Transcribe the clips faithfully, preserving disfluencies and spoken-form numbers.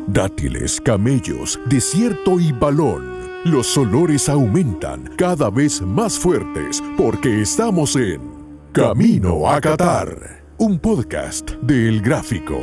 Dátiles, camellos, desierto y balón. Los olores aumentan cada vez más fuertes porque estamos en Camino a Qatar, un podcast de El Gráfico.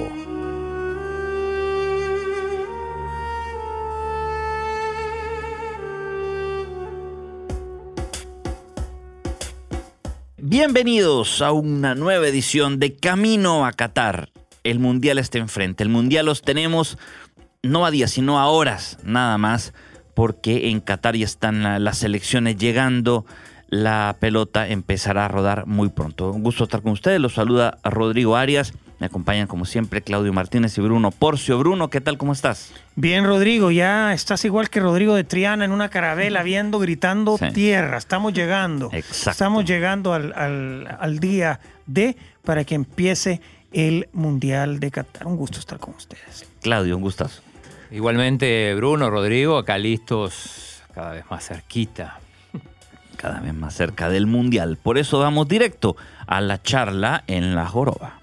Bienvenidos a una nueva edición de Camino a Qatar. El Mundial está enfrente. El Mundial los tenemos no a días, sino a horas nada más, porque en Qatar ya están las selecciones llegando. La pelota empezará a rodar muy pronto. Un gusto estar con ustedes. Los saluda Rodrigo Arias. Me acompañan como siempre Claudio Martínez y Bruno Porcio. Bruno, ¿qué tal? ¿Cómo estás? Bien, Rodrigo. Ya estás igual que Rodrigo de Triana en una carabela viendo, gritando sí. Tierra. Estamos llegando. Exacto. Estamos llegando al, al, al día D para que empiece el Mundial de Qatar. Un gusto estar con ustedes. Claudio, un gustazo. Igualmente, Bruno, Rodrigo, acá listos cada vez más cerquita. Cada vez más cerca del Mundial. Por eso vamos directo a la charla en La Joroba.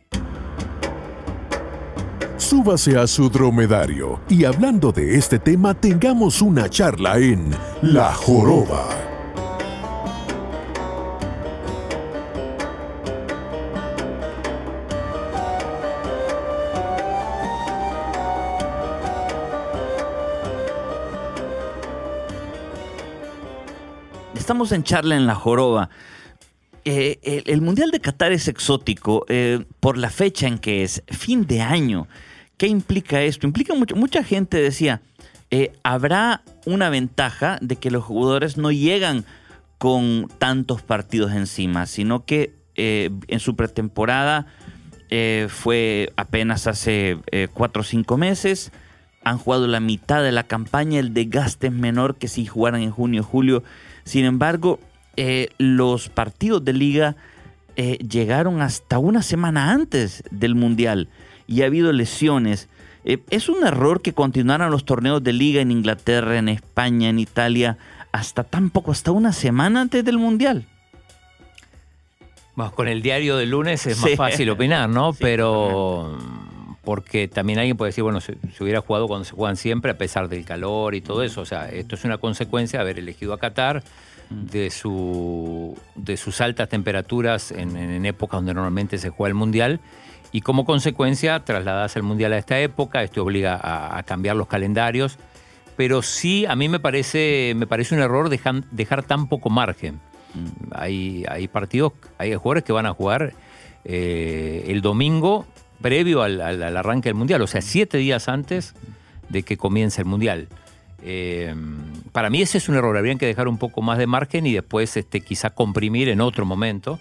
Súbase a su dromedario y hablando de este tema tengamos una charla en La Joroba. Estamos en charla en La Joroba. Eh, el, el Mundial de Qatar es exótico eh, por la fecha en que es, fin de año. ¿Qué implica esto? Implica mucho. Mucha gente decía, eh, habrá una ventaja de que los jugadores no llegan con tantos partidos encima, sino que eh, en su pretemporada eh, fue apenas hace eh, cuatro o cinco meses. Han jugado la mitad de la campaña, el desgaste es menor que si jugaran en junio o julio. Sin embargo, eh, los partidos de liga eh, llegaron hasta una semana antes del Mundial y ha habido lesiones. Eh, ¿Es un error que continuaran los torneos de liga en Inglaterra, en España, en Italia, hasta tan poco, hasta una semana antes del Mundial? Bueno, con el diario del lunes es sí. más fácil opinar, ¿no? Sí, Pero porque también alguien puede decir, bueno, se, se hubiera jugado cuando se juegan siempre a pesar del calor y todo eso. O sea, esto es una consecuencia de haber elegido a Qatar, de, su, de sus altas temperaturas en, en épocas donde normalmente se juega el Mundial. Y como consecuencia, trasladarse el Mundial a esta época, esto obliga a, a cambiar los calendarios. Pero sí, a mí me parece, me parece un error dejar, dejar tan poco margen. Mm. Hay, hay partidos, hay jugadores que van a jugar eh, el domingo previo al, al, al arranque del Mundial, o sea, siete días antes de que comience el Mundial. Eh, para mí ese es un error, habrían que dejar un poco más de margen y después este, quizá comprimir en otro momento.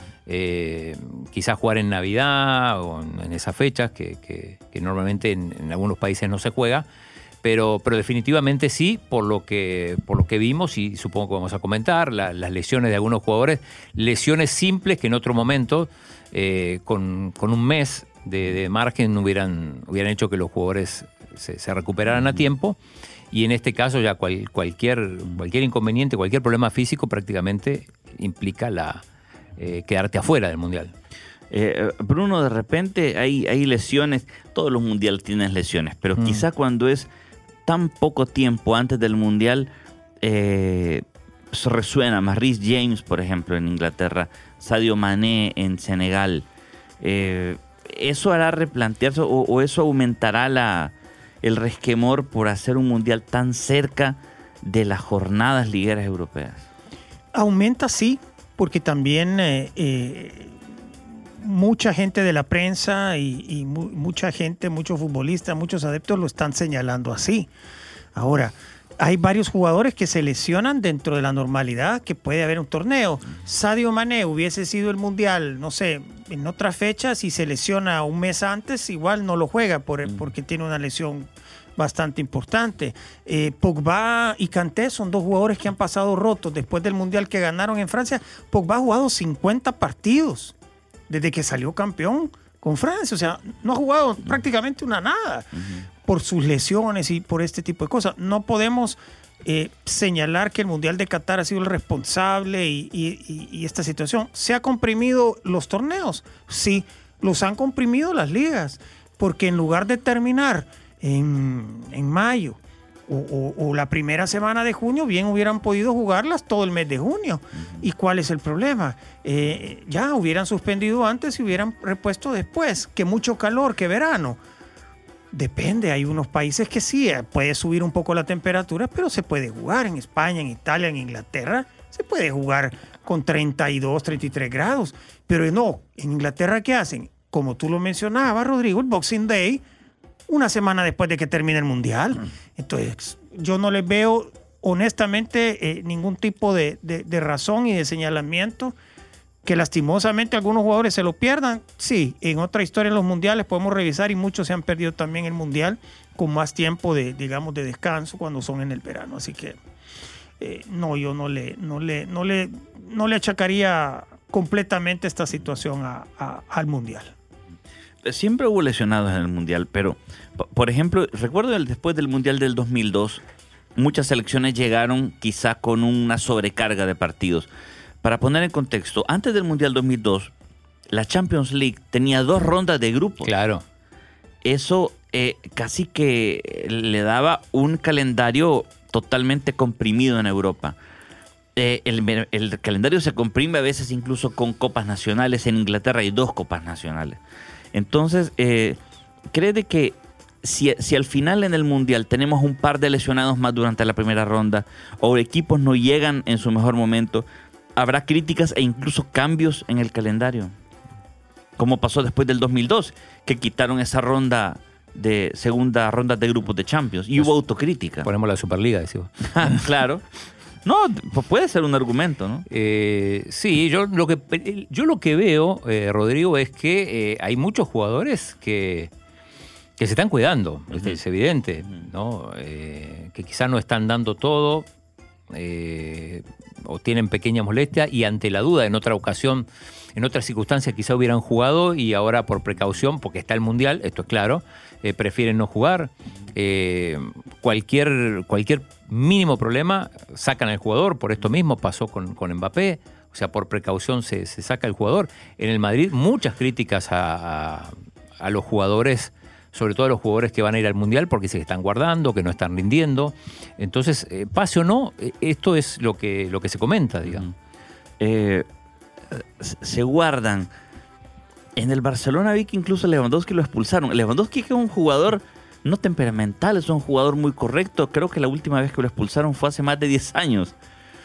Eh, quizás jugar en Navidad o en, en esas fechas que, que, que normalmente en, en algunos países no se juega, pero, pero definitivamente sí, por lo que, por lo que vimos y supongo que vamos a comentar, la, las lesiones de algunos jugadores, lesiones simples que en otro momento, eh, con, con un mes de, de margen hubieran, hubieran hecho que los jugadores se, se recuperaran a tiempo. Y en este caso ya cual, cualquier, cualquier inconveniente, cualquier problema físico prácticamente implica la Eh, quedarte afuera del Mundial. Eh, Bruno, de repente hay, hay lesiones, todos los mundiales tienen lesiones, pero mm. quizá cuando es tan poco tiempo antes del Mundial, eh, se resuena más. Reece James, por ejemplo, en Inglaterra, Sadio Mané en Senegal. Eh, ¿Eso hará replantearse o, o eso aumentará la, el resquemor por hacer un Mundial tan cerca de las jornadas ligueras europeas? Aumenta, sí. Porque también eh, eh, mucha gente de la prensa y, y mu- mucha gente, muchos futbolistas, muchos adeptos lo están señalando así. Ahora, hay varios jugadores que se lesionan dentro de la normalidad que puede haber un torneo. Sadio Mané hubiese sido el Mundial, no sé, en otra fecha, si se lesiona un mes antes, igual no lo juega por, porque tiene una lesión bastante importante. Eh, Pogba y Kanté son dos jugadores que han pasado rotos después del Mundial que ganaron en Francia. Pogba ha jugado cincuenta partidos desde que salió campeón con Francia. O sea, no ha jugado uh-huh. prácticamente una nada uh-huh. por sus lesiones y por este tipo de cosas. No podemos eh, señalar que el Mundial de Qatar ha sido el responsable y, y, y esta situación. ¿Se ha comprimido los torneos? Sí, los han comprimido las ligas, porque en lugar de terminar en, en mayo. O, o, o la primera semana de junio, bien hubieran podido jugarlas todo el mes de junio. ¿Y cuál es el problema? Eh, ya hubieran suspendido antes y hubieran repuesto después. Que mucho calor, que verano. Depende, hay unos países que sí, puede subir un poco la temperatura, pero se puede jugar. En España, en Italia, en Inglaterra, se puede jugar con treinta y dos, treinta y tres grados. Pero no, en Inglaterra, ¿qué hacen? Como tú lo mencionabas, Rodrigo, el Boxing Day, una semana después de que termine el Mundial. Entonces, yo no les veo, honestamente, eh, ningún tipo de, de, de razón y de señalamiento que lastimosamente algunos jugadores se lo pierdan. Sí, en otra historia en los mundiales podemos revisar y muchos se han perdido también el Mundial con más tiempo de, digamos, de descanso cuando son en el verano. Así que, eh, no, yo no le, no le, no le, no le achacaría completamente esta situación a, a, al Mundial. Siempre hubo lesionados en el Mundial, pero, por ejemplo, recuerdo el, después del Mundial del dos mil dos, muchas selecciones llegaron quizá con una sobrecarga de partidos. Para poner en contexto, antes del Mundial dos mil dos, la Champions League tenía dos rondas de grupos. Claro. Eso eh, casi que le daba un calendario totalmente comprimido en Europa. Eh, el, el calendario se comprime a veces incluso con copas nacionales. En Inglaterra hay dos copas nacionales. Entonces, eh, ¿cree de que si, si al final en el Mundial tenemos un par de lesionados más durante la primera ronda o equipos no llegan en su mejor momento, habrá críticas e incluso cambios en el calendario? Como pasó después del dos mil dos, que quitaron esa ronda de segunda ronda de grupos de Champions y hubo autocrítica. Ponemos la Superliga, decimos. Claro. No, pues puede ser un argumento, ¿no? Eh, sí, yo lo que yo lo que veo, eh, Rodrigo, es que eh, hay muchos jugadores que, que se están cuidando, uh-huh. Es evidente, ¿no? Eh, que quizás no están dando todo, eh, o tienen pequeña molestia, y ante la duda, en otra ocasión, en otras circunstancias quizá hubieran jugado y ahora por precaución, porque está el Mundial, esto es claro, eh, prefieren no jugar. Eh, cualquier, cualquier mínimo problema sacan al jugador, por esto mismo pasó con, con Mbappé, o sea, por precaución se, se saca el jugador. En el Madrid muchas críticas a, a, a los jugadores, sobre todo a los jugadores que van a ir al Mundial porque se están guardando, que no están rindiendo. Entonces, eh, pase o no, esto es lo que, lo que se comenta, digamos. Eh, se guardan. En el Barcelona vi que incluso Lewandowski lo expulsaron. Lewandowski, que es un jugador no temperamental, es un jugador muy correcto. Creo que la última vez que lo expulsaron fue hace más de diez años.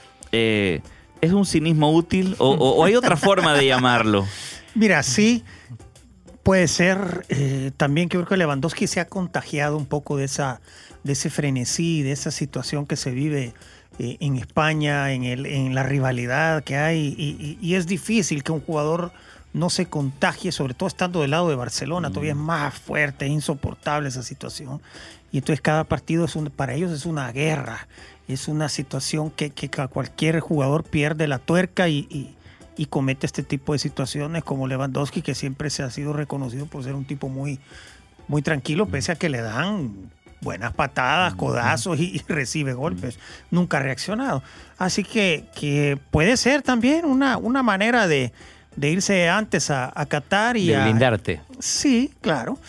Eh, ¿Es un cinismo útil o, o, o hay otra forma de llamarlo? Mira, sí, puede ser. Eh, también creo que Lewandowski se ha contagiado un poco de, esa, de ese frenesí, de esa situación que se vive eh, en España, en, el, en la rivalidad que hay. Y, y, y es difícil que un jugador no se contagie, sobre todo estando del lado de Barcelona. Mm. Todavía es más fuerte, es insoportable esa situación. Y entonces cada partido es un, para ellos es una guerra. Es una situación que, que cualquier jugador pierde la tuerca y, y, y comete este tipo de situaciones, como Lewandowski, que siempre se ha sido reconocido por ser un tipo muy, muy tranquilo, pese a que le dan buenas patadas, codazos y, y recibe golpes. Nunca ha reaccionado. Así que, que puede ser también una, una manera de, de irse antes a, a Qatar y de a... blindarte. Sí, claro.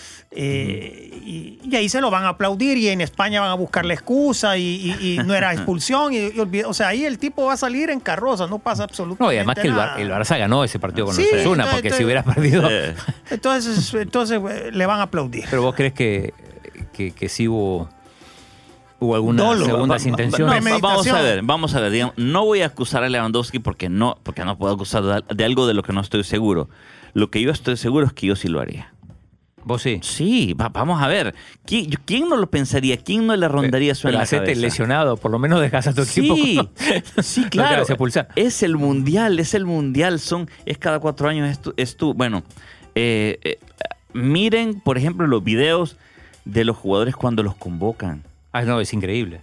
Eh, uh-huh. y, y ahí se lo van a aplaudir y en España van a buscar la excusa y, y, y no era expulsión. Y, y olvid- o sea, ahí el tipo va a salir en carroza, no pasa absolutamente nada. No, y además que el, Bar- el Barça ganó ese partido con Sí, Osasuna, entonces- porque si hubieras perdido... Entonces, entonces eh, le van a aplaudir. Pero vos crees que, que, que sí hubo, hubo algunas Dolo. segundas Va- va- intenciones. no, va- vamos a Premeditación. ver, vamos a ver. Digamos, no voy a acusar a Lewandowski porque no, porque no puedo acusar de, de algo de lo que no estoy seguro. Lo que yo estoy seguro es que yo sí lo haría. Vos sí. Sí, va- vamos a ver. ¿Quién, ¿Quién no lo pensaría? ¿Quién no le rondaría eso en Pero la hacete cabeza? lesionado, por lo menos dejas a tu equipo. Sí, sí, No te claro. hagas expulsar. Es el mundial, es el mundial. Son, es cada cuatro años. Es tu, es tu bueno, eh, eh, miren, por ejemplo, los videos de los jugadores cuando los convocan. Ah, no, es increíble.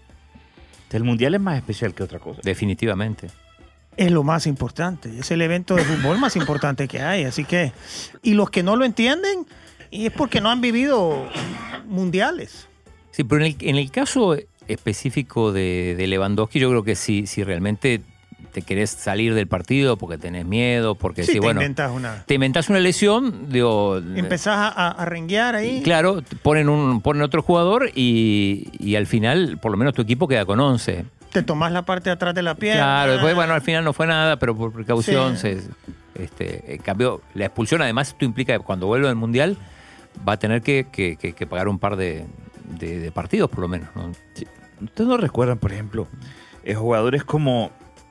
El mundial es más especial que otra cosa. Definitivamente. Es lo más importante. Es el evento de fútbol más importante que hay. Así que, y los que no lo entienden, y es porque no han vivido mundiales. Sí, pero en el, en el caso específico de, de Lewandowski, yo creo que si, si realmente te querés salir del partido porque tenés miedo, porque Sí, sí, te bueno, inventas una... te inventás una lesión, digo, Empezás a, a, a renguear ahí. claro, ponen un ponen otro jugador y, y al final, por lo menos tu equipo queda con once. Te tomás la parte de atrás de la pierna. Claro, después, bueno, al final no fue nada, pero por precaución Sí. se este, eh, cambió la expulsión. Además, esto implica que cuando vuelva al Mundial va a tener que, que, que, que pagar un par de, de, de partidos, por lo menos, ¿no? Sí. ¿Ustedes no recuerdan, por ejemplo, eh, jugadores como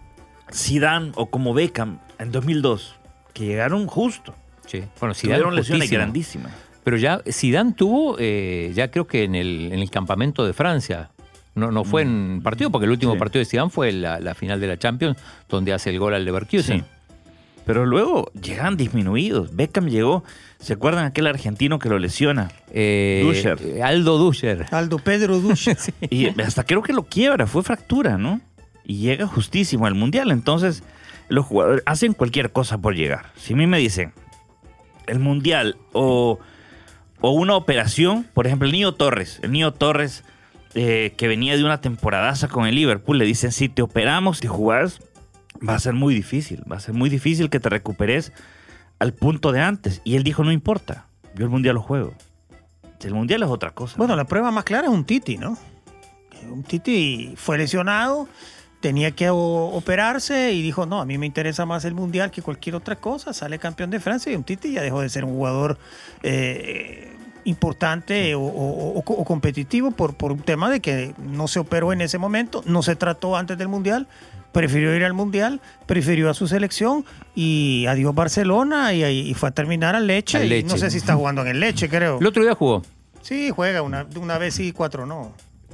Zidane o como Beckham en dos mil dos, que llegaron justo? Sí. Bueno, Zidane Tuvieron lesiones justísimo. grandísimas. Pero ya Zidane tuvo, eh, ya creo que en el, en el campamento de Francia. No, no fue en partido, porque el último Sí. partido de Zidane fue la, la final de la Champions, donde hace el gol al Leverkusen. Sí. Pero luego llegan disminuidos. Beckham llegó, ¿se acuerdan aquel argentino que lo lesiona? Eh, Duscher. eh, Aldo Duscher. Aldo Pedro Duche. Y hasta creo que lo quiebra, fue fractura, ¿no? Y llega justísimo al Mundial. Entonces, los jugadores hacen cualquier cosa por llegar. Si a mí me dicen, el Mundial o, o una operación, por ejemplo, el Niño Torres, el Niño Torres eh, que venía de una temporadaza con el Liverpool, le dicen, si te operamos, si jugás, va a ser muy difícil, va a ser muy difícil que te recuperes al punto de antes. Y él dijo, no importa, yo el Mundial lo juego. El Mundial es otra cosa. Bueno, la prueba más clara es un Titi, ¿no? Un Titi fue lesionado, tenía que o- operarse y dijo, no, a mí me interesa más el Mundial que cualquier otra cosa. Sale campeón de Francia y un Titi ya dejó de ser un jugador eh, importante o, o- o- o competitivo por, por un tema de que no se operó en ese momento, no se trató antes del Mundial, prefirió ir al Mundial, prefirió a su selección y adiós Barcelona y, y fue a terminar al Leche. Al y Lecce. no sé si está jugando en el Leche, creo. El otro día jugó. Sí, juega una, una vez sí, cuatro no.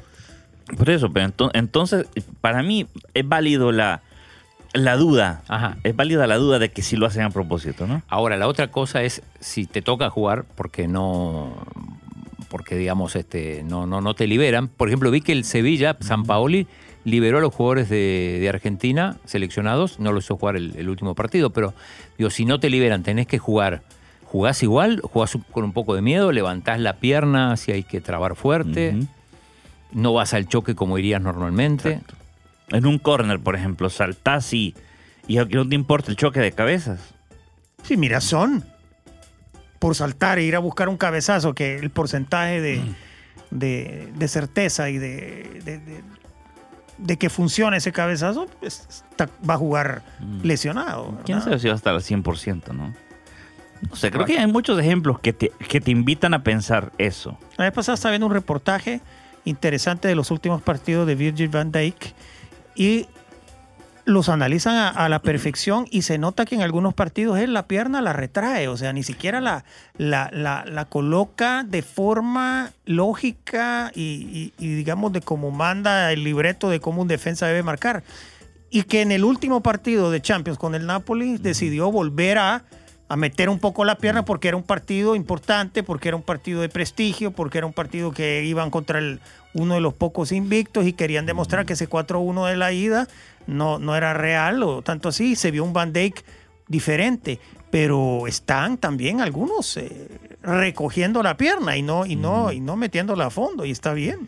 Por eso, pero ento- entonces, para mí es válido la, la duda. Ajá. Es válida la duda de que sí lo hacen a propósito, ¿no? Ahora, la otra cosa es si te toca jugar porque no, porque digamos, este, no, no, no te liberan. Por ejemplo, vi que el Sevilla, Sampaoli, liberó a los jugadores de, de Argentina seleccionados, no los hizo jugar el, el último partido, pero digo, si no te liberan, tenés que jugar. ¿Jugás igual? ¿Jugás con un poco de miedo? ¿Levantás la pierna si hay que trabar fuerte? Ujú. ¿No vas al choque como irías normalmente? Exacto. En un córner, por ejemplo, saltás y, y aunque no te importa el choque de cabezas. Sí, mira, son por saltar e ir a buscar un cabezazo, que el porcentaje de, de, de certeza y de, de, de- de que funcione ese cabezazo, pues, está- va a jugar lesionado. ¿verdad? ¿Quién sabe si va a estar al cien por ciento, no? No sé, creo que hay muchos ejemplos que te, que te invitan a pensar eso. La vez pasada estaba viendo un reportaje interesante de los últimos partidos de Virgil van Dijk y los analizan a, a la perfección y se nota que en algunos partidos él la pierna la retrae, o sea, ni siquiera la, la, la, la coloca de forma lógica y, y- y digamos de cómo manda el libreto de cómo un defensa debe marcar. Y que en el último partido de Champions con el Napoli decidió volver a a meter un poco la pierna porque era un partido importante, porque era un partido de prestigio, porque era un partido que iban contra el, uno de los pocos invictos y querían demostrar que ese cuatro uno de la ida no, no era real, o tanto así, se vio un Van Dijk diferente, pero están también algunos eh, recogiendo la pierna y no, y, no, y no metiéndola a fondo, y está bien,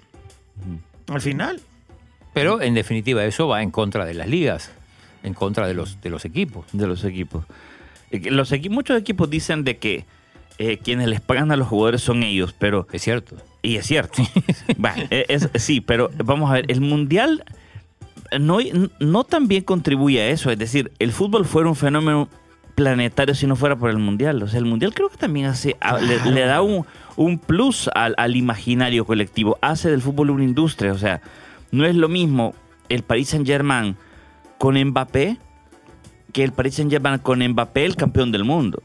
al final. Pero, en definitiva, eso va en contra de las ligas, en contra de los, de los equipos. De los equipos. Eh, que Los equi- muchos equipos dicen de que eh, quienes les pagan a los jugadores son ellos, pero... Es cierto. Y es cierto. Va, eh, es- sí, pero vamos a ver, el Mundial no, no también contribuye a eso. Es decir, el fútbol fuera un fenómeno planetario si no fuera por el Mundial. O sea, el Mundial creo que también hace, a- le, le da un, un plus al, al imaginario colectivo. Hace del fútbol una industria. O sea, no es lo mismo el Paris Saint-Germain con Mbappé que el Paris Saint-Germain con Mbappé, el campeón del mundo.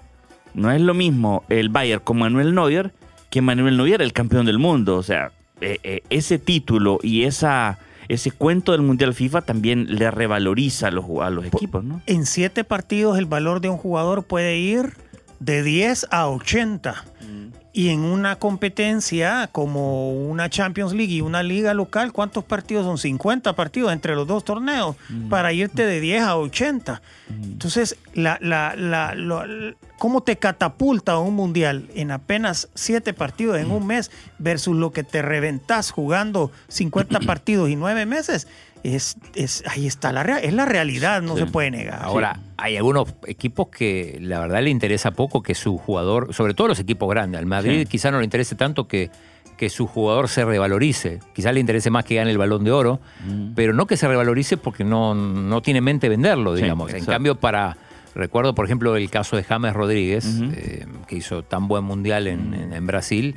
No es lo mismo el Bayern con Manuel Neuer que Manuel Neuer, el campeón del mundo. O sea, eh, eh, ese título y esa, ese cuento del Mundial FIFA también le revaloriza a los, a los equipos, ¿no? En siete partidos el valor de un jugador puede ir de diez a ochenta. Y en una competencia como una Champions League y una liga local, ¿cuántos partidos son? cincuenta partidos entre los dos torneos para irte de diez a ochenta. Entonces, la, la, la, lo- ¿cómo te catapulta a un mundial en apenas siete partidos en un mes versus lo que te reventás jugando cincuenta partidos y nueve meses? es, es ahí está la rea- es la realidad, no Sí. se puede negar. Ahora, Sí. hay algunos equipos que la verdad le interesa poco que su jugador, sobre todo los equipos grandes, al Madrid Sí. quizá no le interese tanto que, que su jugador se revalorice, quizá le interese más que gane el Balón de Oro, Mm. pero no que se revalorice porque no, no tiene en mente venderlo, Sí, digamos. En exacto. cambio, para... Recuerdo, por ejemplo, el caso de James Rodríguez, Ujú. eh, que hizo tan buen mundial en, en- en Brasil.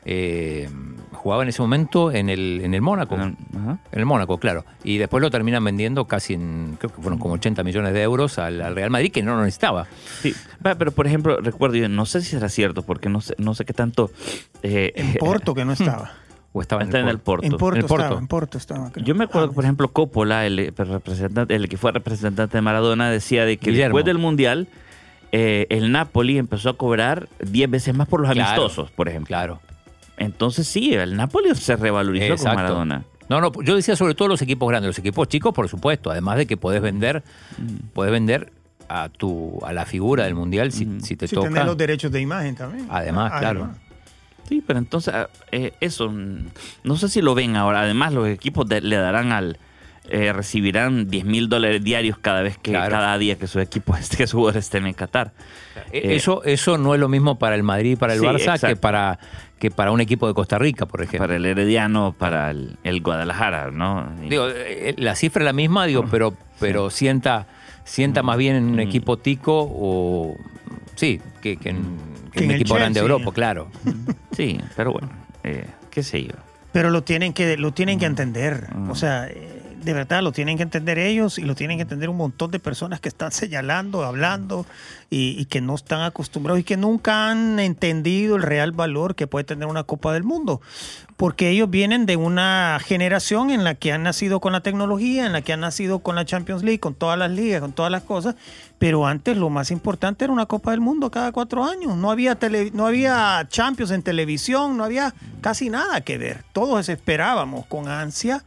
eh, jugaba en ese momento en el, en el Mónaco. Ajá. En el Mónaco, claro. Y después lo terminan vendiendo casi en, creo que fueron como ochenta millones de euros al, al Real Madrid, que no lo necesitaba. Sí, va, pero por ejemplo, recuerdo, yo no sé si era cierto, porque no sé, no sé qué tanto... eh, En Porto que no estaba. O estaba en está el, en el Porto. Porto. En Porto El Porto. estaba, en Porto estaba. creo. Yo me acuerdo Ah, que, por ejemplo, Coppola, el, eh, representante, el que fue representante de Maradona, decía de que Guillermo. después del Mundial, eh, el Napoli empezó a cobrar diez veces más por los Claro, amistosos, por ejemplo. Claro. Entonces sí, el Napoli se revalorizó Exacto. con Maradona. No, no, yo decía sobre todo los equipos grandes, los equipos chicos, por supuesto, además de que podés vender, podés vender a tu a la figura del mundial si, Mm. si te Sí, toca. tener los derechos de imagen también. Además, claro. Sí, pero entonces ah, eh, eso, mm, no sé si lo ven ahora. Además, los equipos de- le darán al... eh, recibirán diez mil dólares diarios cada vez que, Claro. cada día que sus equipos, que sus jugadores estén en Qatar. Eh, Eso, eso no es lo mismo para el Madrid y para el Sí, Barça que exacto. para, que para un equipo de Costa Rica, por ejemplo. Para el Herediano, para el, el Guadalajara, ¿no? Y- Digo, eh, la cifra es la misma, digo, pero, pero sienta, sienta más bien en un Mm. equipo tico o sí, que, que en, que Que en un en el equipo grande de Chelsea. Europa, claro. Sí, pero bueno, eh, qué sé yo. Pero lo tienen que, lo tienen que entender. Mm. O sea, eh, de verdad lo tienen que entender ellos y lo tienen que entender un montón de personas que están señalando, hablando y, y que no están acostumbrados y que nunca han entendido el real valor que puede tener una Copa del Mundo. Porque ellos vienen de una generación en la que han nacido con la tecnología, en la que han nacido con la Champions League, con todas las ligas, con todas las cosas. Pero antes lo más importante era una Copa del Mundo cada cuatro años. No había, tele, no había Champions en televisión, no había casi nada que ver. Todos esperábamos con ansia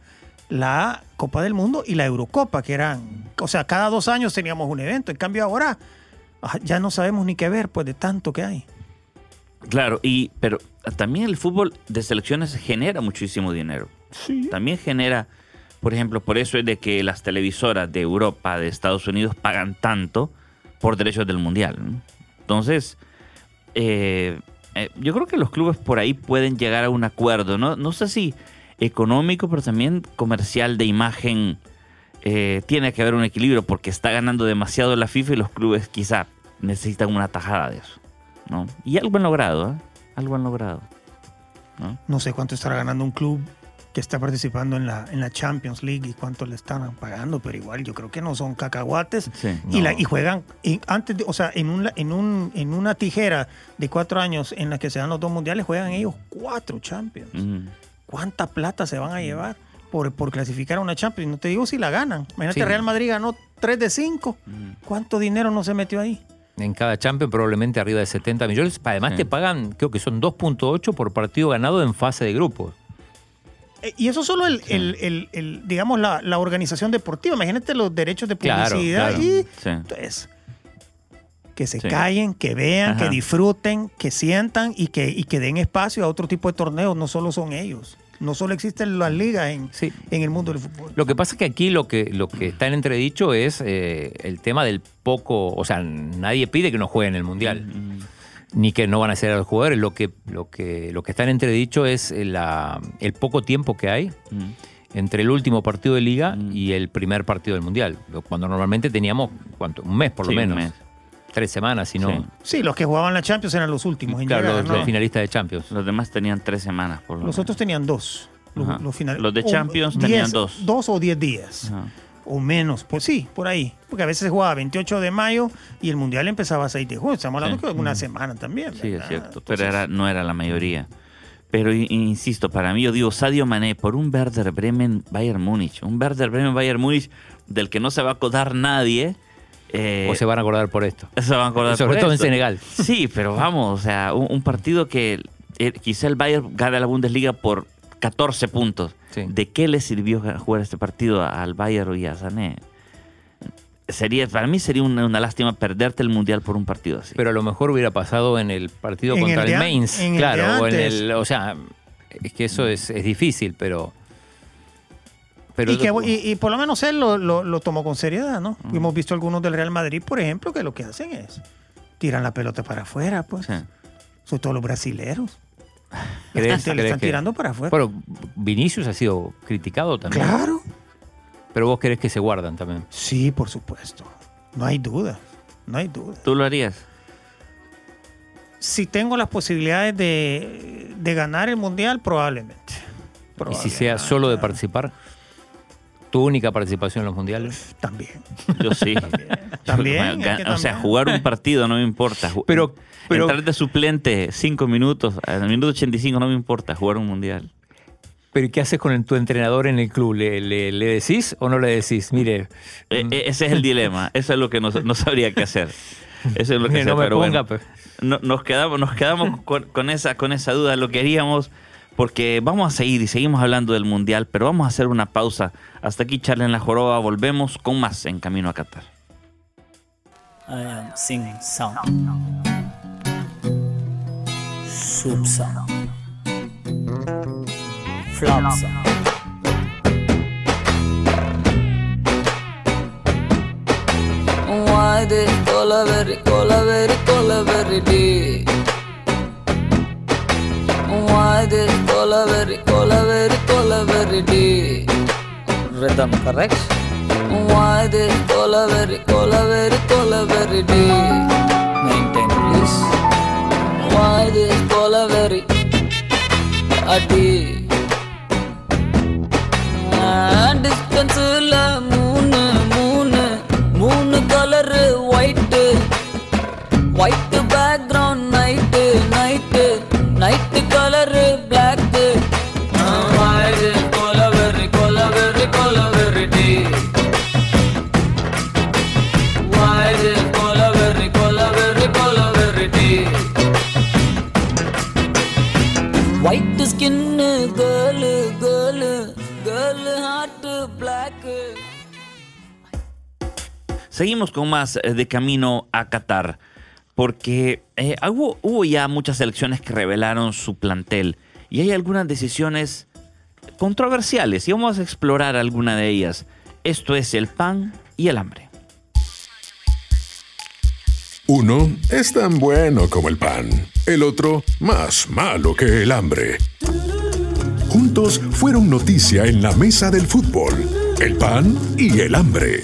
la Copa del Mundo y la Eurocopa, que eran, o sea, cada dos años teníamos un evento. En cambio ahora ah, ya no sabemos ni qué ver, pues de tanto que hay. Claro, y pero también el fútbol de selecciones genera muchísimo dinero. Sí. También genera, por ejemplo, por eso es de que las televisoras de Europa, de Estados Unidos, pagan tanto por derechos del Mundial, ¿no? Entonces, eh, eh, yo creo que los clubes por ahí pueden llegar a un acuerdo, ¿no? No sé si económico, pero también comercial, de imagen. Eh, tiene que haber un equilibrio porque está ganando demasiado la FIFA y los clubes quizá necesitan una tajada de eso, ¿no? Y algo han logrado, ¿eh? Algo han logrado, ¿no? No sé cuánto estará ganando un club que está participando en la, en la Champions League y cuánto le están pagando, pero igual yo creo que no son cacahuates. Sí, y, la, no. y juegan, y antes de- o sea, en, un, en, un, en una tijera de cuatro años en la que se dan los dos mundiales, juegan ellos cuatro Champions. Mm. ¿Cuánta plata se van a llevar por, por clasificar a una Champions? No te digo si la ganan. Imagínate, Sí. Real Madrid ganó tres de cinco. Mm. ¿Cuánto dinero no se metió ahí? En cada Champions probablemente arriba de setenta millones. Además Sí. te pagan, creo que son dos punto ocho por partido ganado en fase de grupos. Eh, Y eso solo el, el- el- el, digamos, la, la organización deportiva. Imagínate los derechos de Claro, publicidad. claro. Y Sí. entonces, que se Sí. callen, que vean, Ajá. que disfruten, que sientan y que, y que den espacio a otro tipo de torneos. No solo son ellos. No solo existen las ligas en, Sí. en el mundo del fútbol. Lo que pasa es que aquí lo que, lo que está en entredicho es eh, el tema del poco, o sea, nadie pide que no jueguen el Mundial, Mm. ni que no van a ser a los jugadores. Lo que, lo que, lo que está en entredicho es la, el poco tiempo que hay Mm. entre el último partido de liga Mm. y el primer partido del Mundial. Cuando normalmente teníamos, ¿cuánto? Un mes por lo Sí, un menos. mes. Tres semanas, si no. Sí. Sí, los que jugaban la Champions eran los últimos en Claro, llegar, los, ¿no? los finalistas de Champions. Los demás tenían tres semanas, por lo Los menos. otros tenían dos. Los, Ajá. los finales. Los de O Champions diez, tenían dos. Dos o diez días. Ajá. O menos, pues sí, por ahí. Porque a veces se jugaba veintiocho de mayo y el Mundial empezaba seis de junio. Estamos hablando Sí. que de una semana también. Sí, es ¿verdad? cierto, Entonces, pero era, no era la mayoría. Pero i- insisto, para mí yo digo Sadio Mané por un Werder Bremen Bayern Múnich, un Werder Bremen Bayern Múnich del que no se va a acordar nadie. eh, O se van a acordar por esto. se van a acordar Sobre por todo en esto. Senegal. Sí, pero vamos, o sea, un, un partido que eh, quizá el Bayern gana la Bundesliga por catorce puntos. Sí. ¿De qué le sirvió jugar este partido a- al Bayern y a Sané? Sería, para mí sería una, una lástima perderte el Mundial por un partido así. Pero a lo mejor hubiera pasado en el partido En contra el el, de an- Mainz, en el de claro, o en antes. el, o sea, es que eso es, es difícil, pero Pero y, que, y, y por lo menos él lo, lo, lo tomó con seriedad, ¿no? Uh-huh. Hemos visto algunos del Real Madrid, por ejemplo, que lo que hacen es tiran la pelota para afuera, pues. Sí. Sobre todo los brasileros. ¿Crees, le ¿crees están que... tirando para afuera. Bueno, Vinicius ha sido criticado también. Claro. Pero vos querés que se guardan también. Sí, por supuesto. No hay duda. No hay duda. ¿Tú lo harías? Si tengo las posibilidades de, de ganar el Mundial, probablemente. probablemente. ¿Y si sea solo de participar? ¿Tu única participación en los mundiales? También. Yo sí. También. Gan- es o sea, también. jugar un partido no me importa. Pero, pero Entrar de suplente cinco minutos, al minuto ochenta y cinco no me importa jugar un mundial. ¿Pero qué haces con el- tu entrenador en el club? ¿Le, le, le decís o no le decís? Mire, Eh, eh, ese es el dilema. Eso es lo que no, no sabría qué hacer. Eso es lo que mire, hacer, no me pero ponga... bueno, pues. no- nos quedamos, nos quedamos con, con esa, con esa duda. Lo queríamos porque vamos a seguir y seguimos hablando del mundial, pero vamos a hacer una pausa. Hasta aquí, Charla en la Joroba. Volvemos con más en Camino a Qatar. I am singing sound. Soup sound. Flop sound. Why this cola very, cola very, cola very deep? Why this cola very, cola very, cola very deep? Rhythm correct? Why this cola very, cola very, cola very deep? Maintain please. Why this cola very a deep? And distance la moon, moon, moon color white, white background night, night, night color black. Why this cola very, cola very, cola very deep? Why this cola very, cola very, cola very deep? White skin girl, girl, girl heart black. Seguimos con más de Camino a Qatar, porque eh, hubo, hubo ya muchas selecciones que revelaron su plantel y hay algunas decisiones controversiales y vamos a explorar alguna de ellas. Esto es el pan y el hambre. Uno es tan bueno como el pan, el otro más malo que el hambre. Juntos fueron noticia en la mesa del fútbol, el pan y el hambre.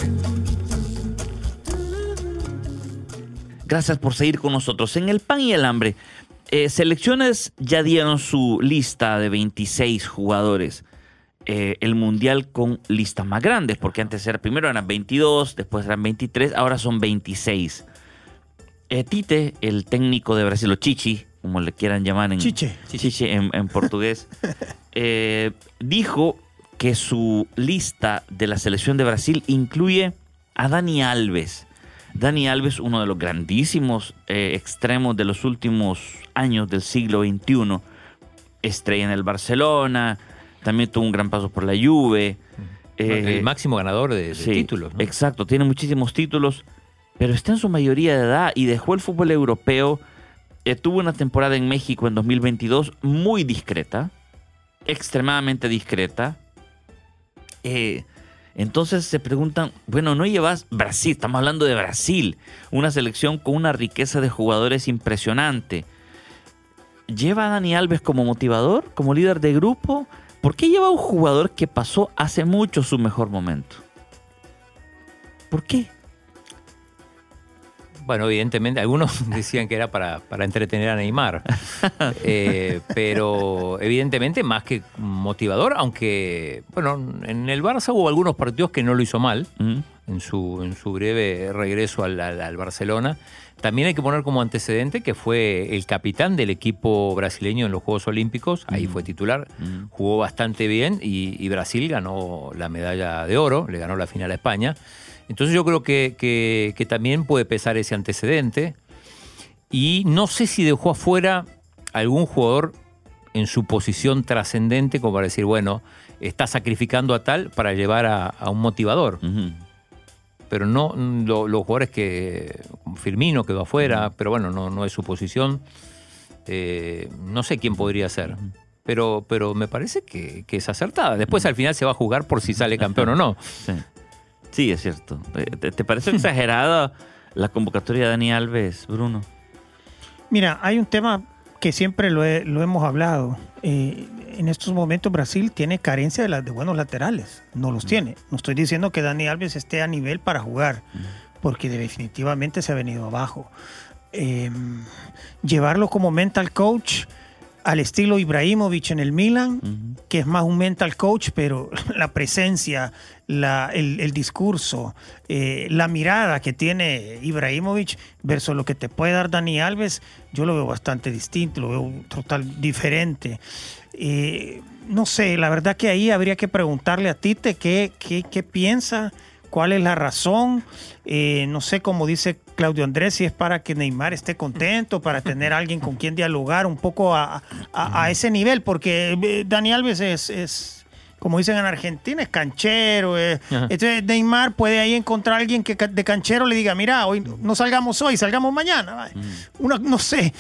Gracias por seguir con nosotros. En el pan y el hambre, eh, selecciones ya dieron su lista de veintiséis jugadores. Eh, el mundial con listas más grandes, porque antes era, primero eran veintidós, después eran veintitrés, ahora son veintiséis. Eh, Tite, el técnico de Brasil, o Chichi, como le quieran llamar en, Chiche. Chiche en, en portugués, eh, dijo que su lista de la selección de Brasil incluye a Dani Alves. Dani Alves, uno de los grandísimos eh, extremos de los últimos años del siglo veintiuno, estrella en el Barcelona, también tuvo un gran paso por la Juve. Eh, el máximo ganador de, de sí, títulos, ¿no? Exacto, tiene muchísimos títulos, pero está en su mayoría de edad y dejó el fútbol europeo. Eh, tuvo una temporada en México en dos mil veintidós muy discreta, extremadamente discreta. Eh, entonces se preguntan, bueno, no llevas Brasil, estamos hablando de Brasil, una selección con una riqueza de jugadores impresionante. ¿Lleva a Dani Alves como motivador, como líder de grupo? ¿Por qué lleva a un jugador que pasó hace mucho su mejor momento? ¿Por qué? Bueno, evidentemente, algunos decían que era para, para entretener a Neymar, eh, pero evidentemente más que motivador, aunque, bueno, en el Barça hubo algunos partidos que no lo hizo mal, ¿Mm? en su, en su breve regreso al, al, al Barcelona. También hay que poner como antecedente que fue el capitán del equipo brasileño en los Juegos Olímpicos, ahí Mm. fue titular, Mm. jugó bastante bien y, y Brasil ganó la medalla de oro, le ganó la final a España. Entonces yo creo que, que, que también puede pesar ese antecedente. Y no sé si dejó afuera algún jugador en su posición trascendente como para decir, bueno, está sacrificando a tal para llevar a, a un motivador. Uh-huh. Pero no lo, los jugadores que... Firmino quedó afuera, uh-huh. pero bueno, no, no es su posición. Eh, no sé quién podría ser. pero, pero me parece que, que es acertada. Después al final se va a jugar por si sale campeón o no. Sí, sí, es cierto. ¿Te, te parece exagerada la convocatoria de Dani Alves, Bruno? Mira, hay un tema que siempre lo, he, lo hemos hablado. Eh, en estos momentos Brasil tiene carencia de, la, de buenos laterales. No los mm. tiene. No estoy diciendo que Dani Alves esté a nivel para jugar, mm. porque definitivamente se ha venido abajo. Eh, llevarlo como mental coach al estilo Ibrahimovic en el Milan, uh-huh. que es más un mental coach, pero la presencia, la, el, el discurso, eh, la mirada que tiene Ibrahimovic versus lo que te puede dar Dani Alves, yo lo veo bastante distinto, lo veo total diferente. Eh, no sé, la verdad que ahí habría que preguntarle a Tite qué, qué, qué piensa, cuál es la razón. Eh, no sé, como dice Claudio Andrés, si es para que Neymar esté contento, para tener a alguien con quien dialogar un poco a, a, a ese nivel, porque Dani Alves es, es, como dicen en Argentina, es canchero. Es, entonces Neymar puede ahí encontrar a alguien que de canchero le diga, mira, hoy no salgamos hoy, salgamos mañana. Una, no sé,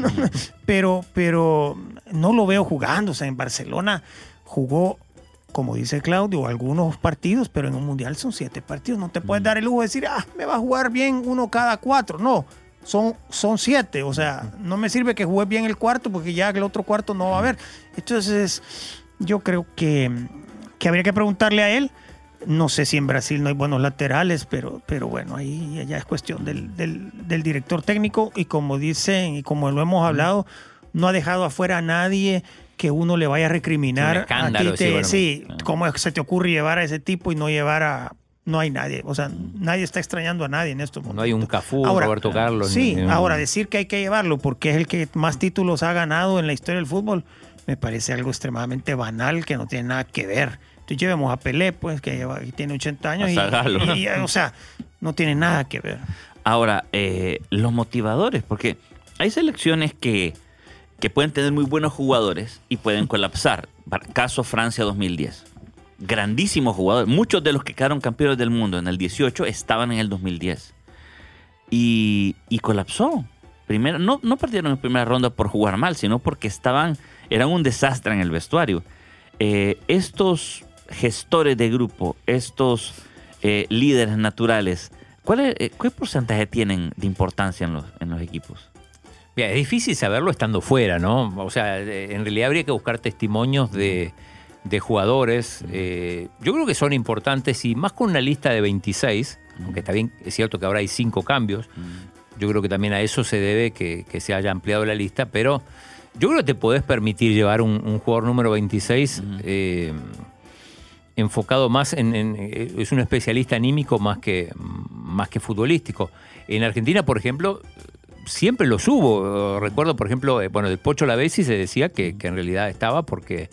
pero, pero no lo veo jugando. O sea, en Barcelona jugó, como dice Claudio, algunos partidos, pero en un mundial son siete partidos. No te puedes dar el lujo de decir, ah, me va a jugar bien uno cada cuatro. No, son, son siete. O sea, no me sirve que juegue bien el cuarto porque ya el otro cuarto no va a haber. Entonces, yo creo que, que habría que preguntarle a él. No sé si en Brasil no hay buenos laterales, pero, pero bueno, ahí ya es cuestión del, del, del director técnico. Y como dicen, y como lo hemos hablado, no ha dejado afuera a nadie que uno le vaya a recriminar. Un escándalo, a ti te, sí, bueno. sí, cómo se te ocurre llevar a ese tipo y no llevar a... No hay nadie, o sea, nadie está extrañando a nadie en estos momentos. No hay un Cafú, ahora, Roberto Carlos. Sí, ni, ni, ahora decir que hay que llevarlo porque es el que más títulos ha ganado en la historia del fútbol, me parece algo extremadamente banal que no tiene nada que ver. Entonces llevemos a Pelé, pues, que, lleva, que tiene ochenta años y, y, y, o sea, no tiene nada que ver. Ahora, eh, los motivadores, porque hay selecciones que que pueden tener muy buenos jugadores y pueden colapsar. Caso Francia dos mil diez. Grandísimos jugadores. Muchos de los que quedaron campeones del mundo en el dieciocho estaban en el dos mil diez. Y, y colapsó. Primero, no, no partieron en primera ronda por jugar mal, sino porque estaban, eran un desastre en el vestuario. Eh, estos gestores de grupo, estos eh, líderes naturales, ¿cuál es, eh, ¿qué porcentaje tienen de importancia en los, en los equipos? Bien, es difícil saberlo estando fuera, ¿no? O sea, en realidad habría que buscar testimonios de, de jugadores. Eh, yo creo que son importantes y más con una lista de veintiséis, mm. aunque está bien, es cierto que ahora hay cinco cambios. Mm. Yo creo que también a eso se debe que, que se haya ampliado la lista, pero yo creo que te podés permitir llevar un, un jugador número veintiséis mm. eh, enfocado más en, en... Es un especialista anímico más que, más que futbolístico. En Argentina, por ejemplo, siempre los hubo. Recuerdo, por ejemplo, bueno, del Pocho Lavezzi se decía que, que en realidad estaba porque,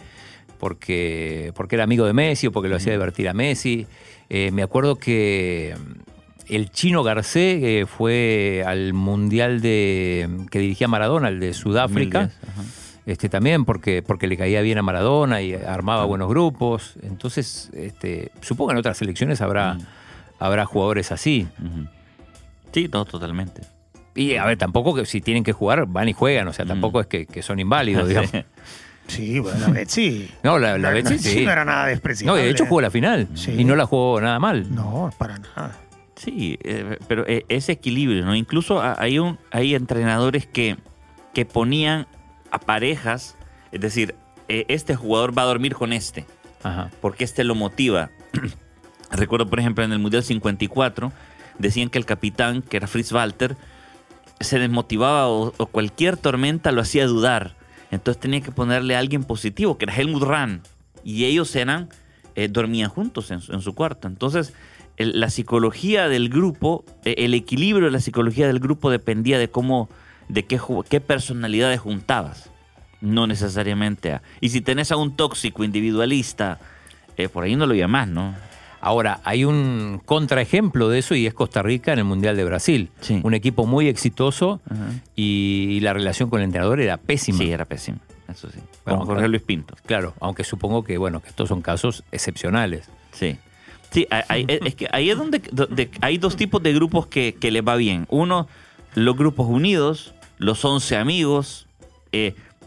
porque, porque era amigo de Messi o porque lo hacía divertir a Messi. Eh, me acuerdo que el Chino Garcé eh, fue al Mundial de que dirigía Maradona, el de Sudáfrica. Este, también porque, porque le caía bien a Maradona y armaba buenos grupos. Entonces, este, supongo que en otras selecciones habrá, uh-huh. habrá jugadores así. Uh-huh. Sí, no, totalmente. Y a ver, tampoco que si tienen que jugar, van y juegan, o sea, tampoco mm. es que, que son inválidos, digamos. Sí, bueno, la Betsy. No, la, la no, Betsy no, sí. No era nada despreciable. No, de hecho jugó la final sí. y no la jugó nada mal. No, para nada. Sí, eh, pero eh, ese equilibrio, ¿no? Incluso hay, un, hay entrenadores que, que ponían a parejas, es decir, eh, este jugador va a dormir con este, Ajá. porque este lo motiva. Recuerdo, por ejemplo, en el Mundial cincuenta y cuatro, decían que el capitán, que era Fritz Walter, se desmotivaba o, o cualquier tormenta lo hacía dudar. Entonces tenía que ponerle a alguien positivo, que era Helmut Rahn. Y ellos eran, eh, dormían juntos en su, en su cuarto. Entonces, el, la psicología del grupo, eh, el equilibrio de la psicología del grupo dependía de cómo, de qué, qué personalidades juntabas. No necesariamente a... Y si tenés a un tóxico individualista, eh, por ahí no lo llamás, ¿no? Ahora, hay un contraejemplo de eso y es Costa Rica en el Mundial de Brasil. Sí. Un equipo muy exitoso uh-huh. y, y la relación con el entrenador era pésima. Sí, era pésima, eso sí. Con bueno, Jorge Luis Pinto. Claro, aunque supongo que, bueno, que estos son casos excepcionales. Sí. Sí, hay, es que ahí es donde, donde hay dos tipos de grupos que, que les va bien. Uno, los grupos unidos, los once amigos, eh,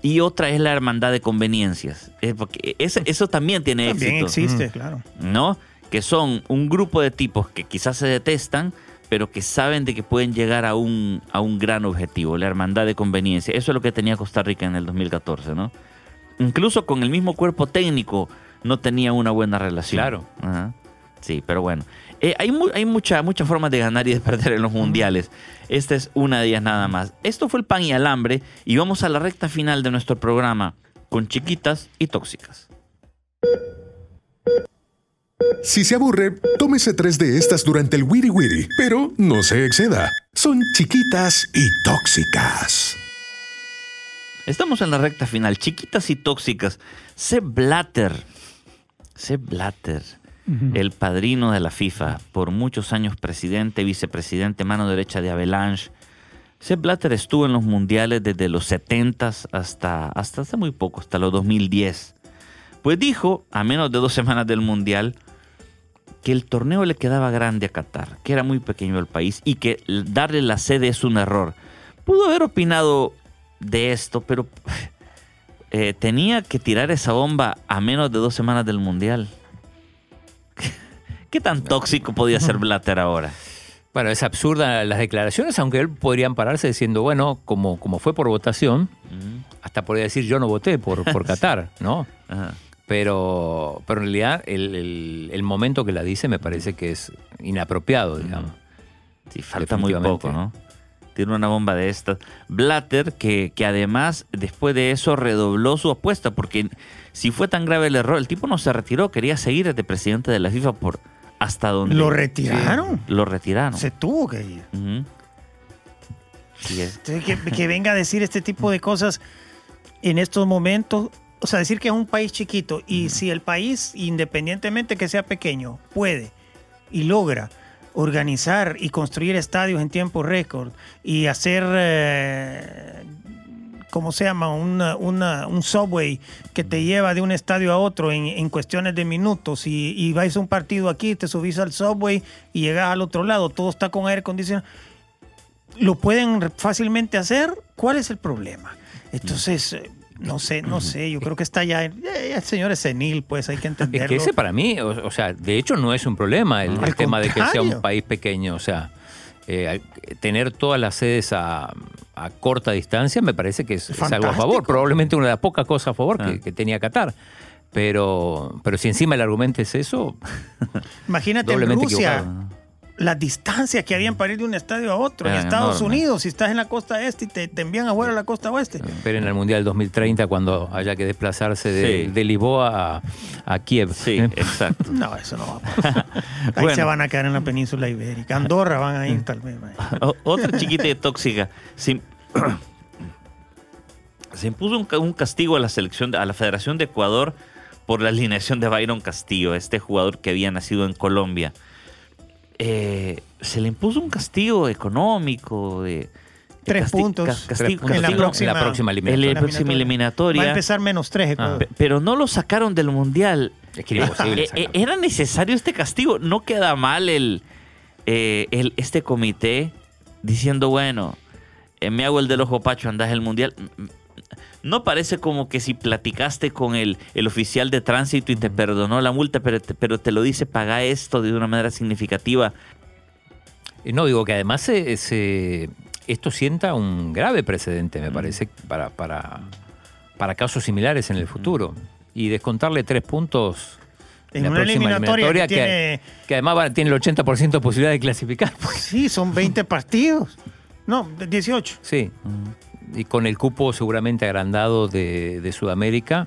y otra es la hermandad de conveniencias. Eh, porque ese, eso también tiene También éxito. existe, claro. ¿No? Que son un grupo de tipos que quizás se detestan, pero que saben de que pueden llegar a un, a un gran objetivo, la hermandad de conveniencia. Eso es lo que tenía Costa Rica en el dos mil catorce, ¿no? Incluso con el mismo cuerpo técnico no tenía una buena relación. Claro. Ajá. Sí, pero bueno. Eh, hay mu- hay mucha- muchas formas de ganar y de perder en los mundiales. Esta es una de ellas nada más. Esto fue el pan y alambre y vamos a la recta final de nuestro programa con chiquitas y tóxicas. Si se aburre, tómese tres de estas durante el Wiri Wiri, pero no se exceda. Son chiquitas y tóxicas. Estamos en la recta final. Chiquitas y tóxicas. Sepp Blatter. Sepp Blatter. Uh-huh. El padrino de la FIFA. Por muchos años presidente, vicepresidente, mano derecha de Avalanche. Sepp Blatter estuvo en los mundiales desde los setentas hasta, hasta hace muy poco, hasta los dos mil diez. Pues dijo, a menos de dos semanas del mundial, que el torneo le quedaba grande a Qatar, que era muy pequeño el país y que darle la sede es un error. Pudo haber opinado de esto, pero eh, tenía que tirar esa bomba a menos de dos semanas del mundial. ¿Qué tan tóxico podía ser Blatter ahora? Bueno, es absurda las declaraciones, aunque él podría ampararse diciendo, bueno, como, como fue por votación, uh-huh. hasta podría decir yo no voté por, por Qatar, ¿no? Uh-huh. Pero, pero en realidad el, el, el momento que la dice me parece que es inapropiado, digamos. Sí, falta muy poco, ¿no? Tiene una bomba de estas. Blatter, que, que además después de eso redobló su apuesta, porque si fue tan grave el error, el tipo no se retiró, quería seguir de presidente de la FIFA por hasta donde... ¿Lo retiraron? Sí, lo retiraron. Se tuvo que ir. Uh-huh. Sí, es. Que, que venga a decir este tipo de cosas en estos momentos... O sea, decir que es un país chiquito y si el país, independientemente que sea pequeño, puede y logra organizar y construir estadios en tiempo récord y hacer, eh, ¿cómo se llama? Una, una, un subway que te lleva de un estadio a otro en, en cuestiones de minutos y, y vais a un partido aquí, te subís al subway y llegas al otro lado, todo está con aire acondicionado. Lo pueden fácilmente hacer, ¿cuál es el problema? Entonces... No sé, no sé, yo creo que está ya, ya el señor es senil, pues hay que entenderlo. Es que ese para mí, o, o sea, de hecho no es un problema el, el tema de que sea un país pequeño, o sea, eh, tener todas las sedes a, a corta distancia me parece que es, es algo a favor, probablemente una de las pocas cosas a favor ah. que, que tenía Qatar, pero, pero si encima el argumento es eso, imagínate en Rusia. Equivocado. Las distancias que habían para ir de un estadio a otro. Eran en Estados enormes. Unidos, si estás en la costa este y te, te envían afuera a la costa oeste. Esperen el Mundial dos mil treinta cuando haya que desplazarse de, sí. de Lisboa a, a Kiev. Sí, exacto. No, eso no va a pasar. Ahí bueno. se van a quedar en la península ibérica. Andorra van a ir tal vez. O, otra chiquita y tóxica. Se, se impuso un, un castigo a la selección, a la Federación de Ecuador por la alineación de Byron Castillo, este jugador que había nacido en Colombia. Eh, se le impuso un castigo económico de tres casti- puntos, ca- castigo, tres puntos. En, la próxima, en la próxima eliminatoria. En la próxima eliminatoria. Va a empezar menos tres Ecuador. Ah. Pero no lo sacaron del mundial. Es que era imposible eh, era necesario este castigo. No queda mal el, eh, el este comité diciendo, bueno, eh, me hago el del ojo pacho, andás el mundial. No parece como que si platicaste con el, el oficial de tránsito y te perdonó la multa, pero te, pero te lo dice, paga esto de una manera significativa. No, digo que además se, se, esto sienta un grave precedente, me parece, para, para, para casos similares en el futuro. Y descontarle tres puntos en, en una eliminatoria, eliminatoria que, tiene... que, que además va, tiene el ochenta por ciento de posibilidad de clasificar. Sí, son veinte partidos. No, dieciocho. Sí. Uh-huh. Y con el cupo seguramente agrandado de, de Sudamérica.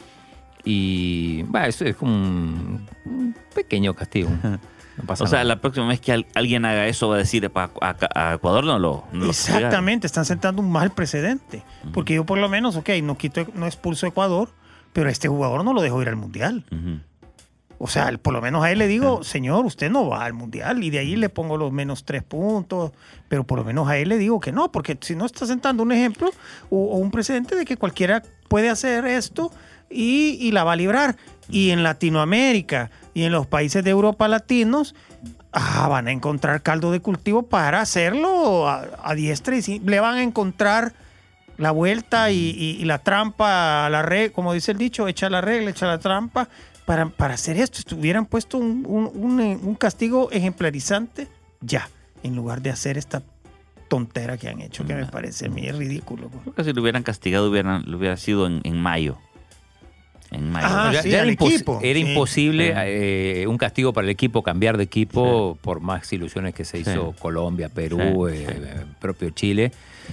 Y bueno, eso es como un, un pequeño castigo. No pasa o sea, nada. La próxima vez que al, alguien haga eso va a decir, a, a, a Ecuador no lo... No Exactamente, lo están sentando un mal precedente. Uh-huh. Porque yo por lo menos, ok, no, quito, no expulso a Ecuador, pero a este jugador no lo dejo ir al Mundial. Uh-huh. O sea, por lo menos a él le digo, señor, usted no va al Mundial, y de ahí le pongo los menos tres puntos, pero por lo menos a él le digo que no, porque si no está sentando un ejemplo o, o un precedente de que cualquiera puede hacer esto y, y la va a librar. Y en Latinoamérica y en los países de Europa latinos, ah, van a encontrar caldo de cultivo para hacerlo a, a diestra y sí, le van a encontrar la vuelta y, y, y la trampa a la regla, como dice el dicho, echa la regla, echa la trampa, para, para hacer esto. Hubieran puesto un, un, un, un castigo ejemplarizante ya, en lugar de hacer esta tontera que han hecho, que me parece a mí ridículo. Creo que si lo hubieran castigado, hubieran, lo hubiera sido en, en mayo. En mayo. Ah, ya, sí, ya al era, impos equipo. era Sí. imposible Sí. eh, un castigo para el equipo, cambiar de equipo, Sí. por más ilusiones que se hizo Sí. Colombia, Perú, Sí, eh, sí. eh, propio Chile.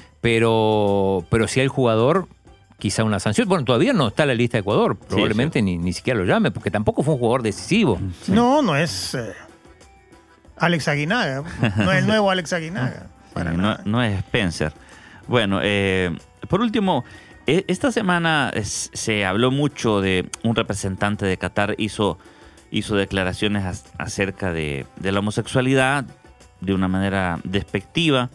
Pero, pero si hay jugador, quizá una sanción. Bueno, todavía no está en la lista de Ecuador, probablemente sí. Ni, ni siquiera lo llame, porque tampoco fue un jugador decisivo. Sí. No, no es eh, Alex Aguinaga, no es el nuevo Alex Aguinaga. Para Eh, no, nada. no es Spencer. Bueno, eh, por último, eh, esta semana es- se habló mucho de un representante de Qatar, hizo, hizo declaraciones as- acerca de, de la homosexualidad de una manera despectiva.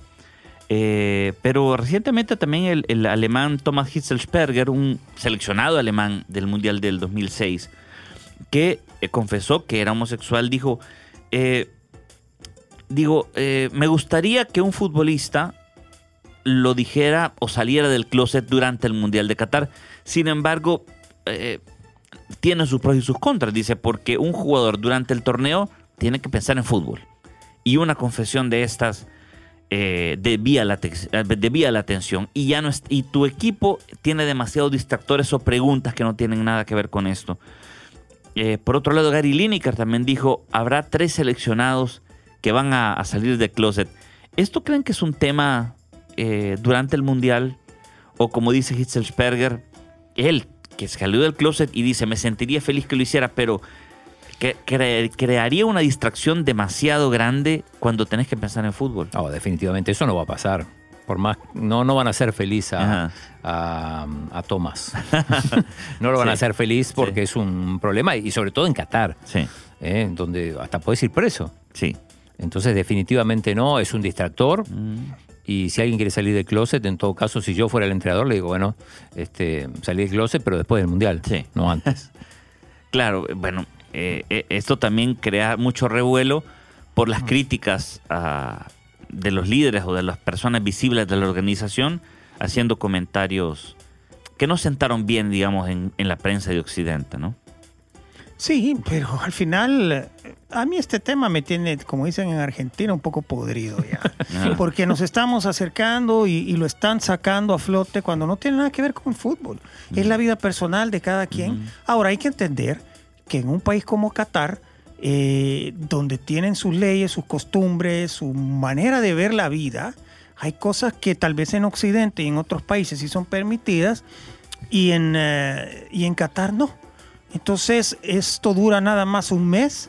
Eh, pero recientemente también el, el alemán Thomas Hitzelsperger, un seleccionado alemán del Mundial del dos mil seis, que eh, confesó que era homosexual, dijo... Eh, Digo, eh, me gustaría que un futbolista lo dijera o saliera del closet durante el Mundial de Qatar. Sin embargo, eh, tiene sus pros y sus contras. Dice, porque un jugador durante el torneo tiene que pensar en fútbol. Y una confesión de estas eh, desvía, la desvía la atención. Y, ya no es, y tu equipo tiene demasiados distractores o preguntas que no tienen nada que ver con esto. Eh, por otro lado, Gary Lineker también dijo, habrá tres seleccionados que van a, a salir del closet. ¿Esto creen que es un tema eh, durante el Mundial? O como dice Hitzelsperger, él que salió del closet y dice, me sentiría feliz que lo hiciera, pero que, cre, crearía una distracción demasiado grande cuando tenés que pensar en fútbol. No, definitivamente eso no va a pasar. Por más, no, no van a hacer feliz a, a, a Tomás. No lo van Sí. a hacer feliz porque Sí. es un problema, y sobre todo en Qatar, Sí, ¿eh? Donde hasta puedes ir preso. sí. Entonces definitivamente no, es un distractor. Mm. Y si alguien quiere salir del closet, en todo caso, si yo fuera el entrenador, le digo, bueno, este, salí del closet, pero después del Mundial, Sí. no antes. Claro, bueno, eh, eh, esto también crea mucho revuelo por las críticas a, de los líderes o de las personas visibles de la organización haciendo comentarios que no sentaron bien, digamos, en, en la prensa de Occidente, ¿no? Sí, pero al final, eh, a mí este tema me tiene, como dicen en Argentina, un poco podrido ya. Ah. Porque nos estamos acercando y, y lo están sacando a flote cuando no tiene nada que ver con fútbol. Es la vida personal de cada quien. Ahora, hay que entender que en un país como Qatar, eh, donde tienen sus leyes, sus costumbres, su manera de ver la vida, hay cosas que tal vez en Occidente y en otros países sí son permitidas y en, eh, y en Qatar no. Entonces, esto dura nada más un mes.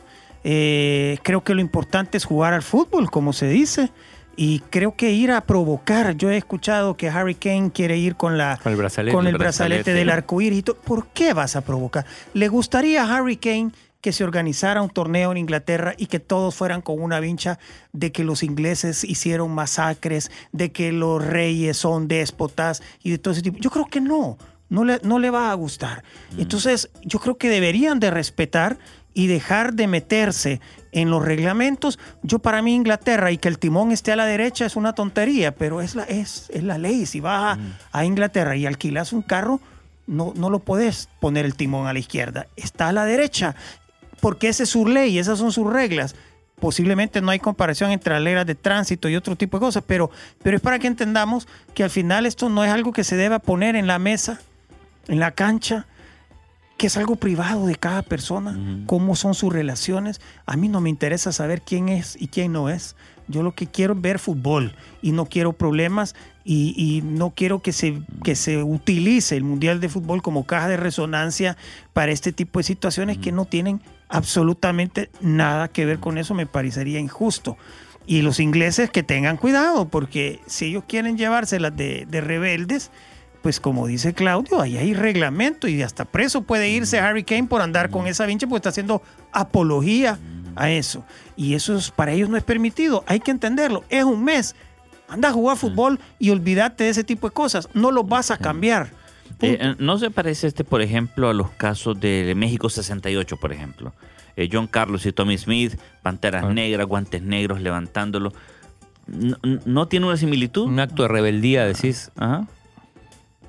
Eh, creo que lo importante es jugar al fútbol, como se dice. Y creo que ir a provocar. Yo he escuchado que Harry Kane quiere ir con, la, Con el brazalete. con el el brazalete, brazalete. del arcoíris. y todo. ¿Por qué vas a provocar? ¿Le gustaría a Harry Kane que se organizara un torneo en Inglaterra y que todos fueran con una vincha de que los ingleses hicieron masacres, de que los reyes son déspotas y de todo ese tipo? Yo creo que no. No le, no le va a gustar. Entonces, yo creo que deberían de respetar y dejar de meterse en los reglamentos. Yo para mí Inglaterra y que el timón esté a la derecha es una tontería, pero es la, es, es la ley. Si vas a, a Inglaterra y alquilas un carro, no, no lo puedes poner el timón a la izquierda. Está a la derecha, porque esa es su ley, esas son sus reglas. Posiblemente no hay comparación entre las reglas de tránsito y otro tipo de cosas, pero, pero es para que entendamos que al final esto no es algo que se deba poner en la mesa, en la cancha, que es algo privado de cada persona, Ujú. cómo son sus relaciones. A mí no me interesa saber quién es y quién no es. Yo lo que quiero es ver fútbol y no quiero problemas y, y no quiero que se, que se utilice el Mundial de Fútbol como caja de resonancia para este tipo de situaciones que no tienen absolutamente nada que ver con eso. Me parecería injusto. Y los ingleses que tengan cuidado, porque si ellos quieren llevárselas de, de rebeldes, pues como dice Claudio, ahí hay reglamento y hasta preso puede irse Harry Kane por andar con esa vincha porque está haciendo apología a eso. Y eso es, para ellos no es permitido. Hay que entenderlo. Es un mes. Anda a jugar fútbol y olvídate de ese tipo de cosas. No lo vas a cambiar. Eh, eh, ¿No se parece este, por ejemplo, a los casos de México sesenta y ocho, por ejemplo? Eh, John Carlos y Tommy Smith, panteras Ah. negras, guantes negros, levantándolo. ¿No, no tiene una similitud? Un acto de rebeldía, decís. Ajá.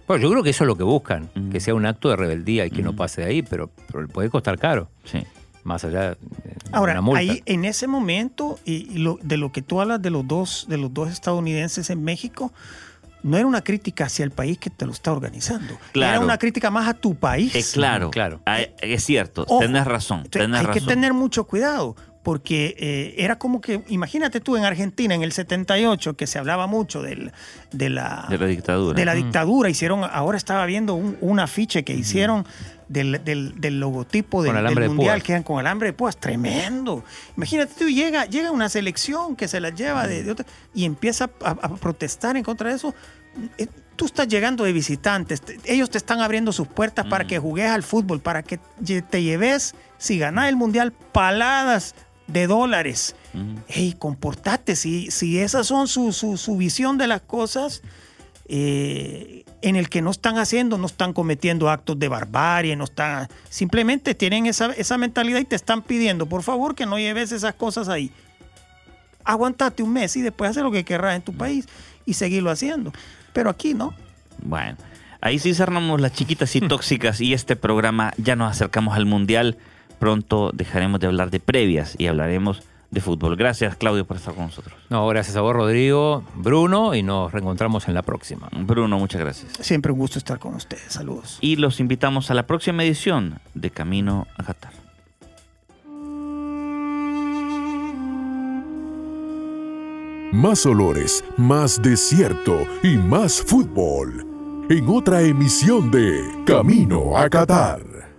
Bueno, yo creo que eso es lo que buscan, Mm. que sea un acto de rebeldía y que Mm. no pase de ahí, pero, pero puede costar caro, Sí. más allá de Ahora, una multa. ahí en ese momento, y, y lo, de lo que tú hablas de los dos, de los dos estadounidenses en México, no era una crítica hacia el país que te lo está organizando. Claro. Era una crítica más a tu país. Eh, claro, Claro. Ah, es cierto, Ojo, tenés razón. entonces, Tenés hay razón. que tener mucho cuidado, porque eh, era como que, imagínate tú en Argentina en el setenta y ocho, que se hablaba mucho del, de la, De la dictadura. de la Mm. dictadura. Hicieron, ahora estaba viendo un, un afiche que hicieron del, del- del logotipo del, Con alambre del de mundial, púas. que eran con alambre de púas, tremendo. Imagínate tú, llega, llega una selección que se la lleva de, de otra y empieza a, a protestar en contra de eso. Eh, Tú estás llegando de visitantes, te- ellos te están abriendo sus puertas para Mm. que jugues al fútbol, para que lle- te lleves, si ganás el mundial, paladas de dólares. Mm. Hey, comportate, si, si esas son su, su, su visión de las cosas, eh, en el que no están haciendo, no están cometiendo actos de barbarie, no están, simplemente tienen esa, esa mentalidad y te están pidiendo, por favor, que no lleves esas cosas ahí. Aguantate un mes y después haz lo que querrás en tu país y seguirlo haciendo. Pero aquí no. Bueno, ahí sí cerramos las chiquitas y tóxicas y este programa. Ya nos acercamos al Mundial. Pronto dejaremos de hablar de previas y hablaremos de fútbol. Gracias, Claudio, por estar con nosotros. No, gracias a vos, Rodrigo, Bruno, y nos reencontramos en la próxima. Bruno, muchas gracias. Siempre un gusto estar con ustedes. Saludos. Y los invitamos a la próxima edición de Camino a Qatar. Más olores, más desierto y más fútbol. En otra emisión de Camino a Qatar.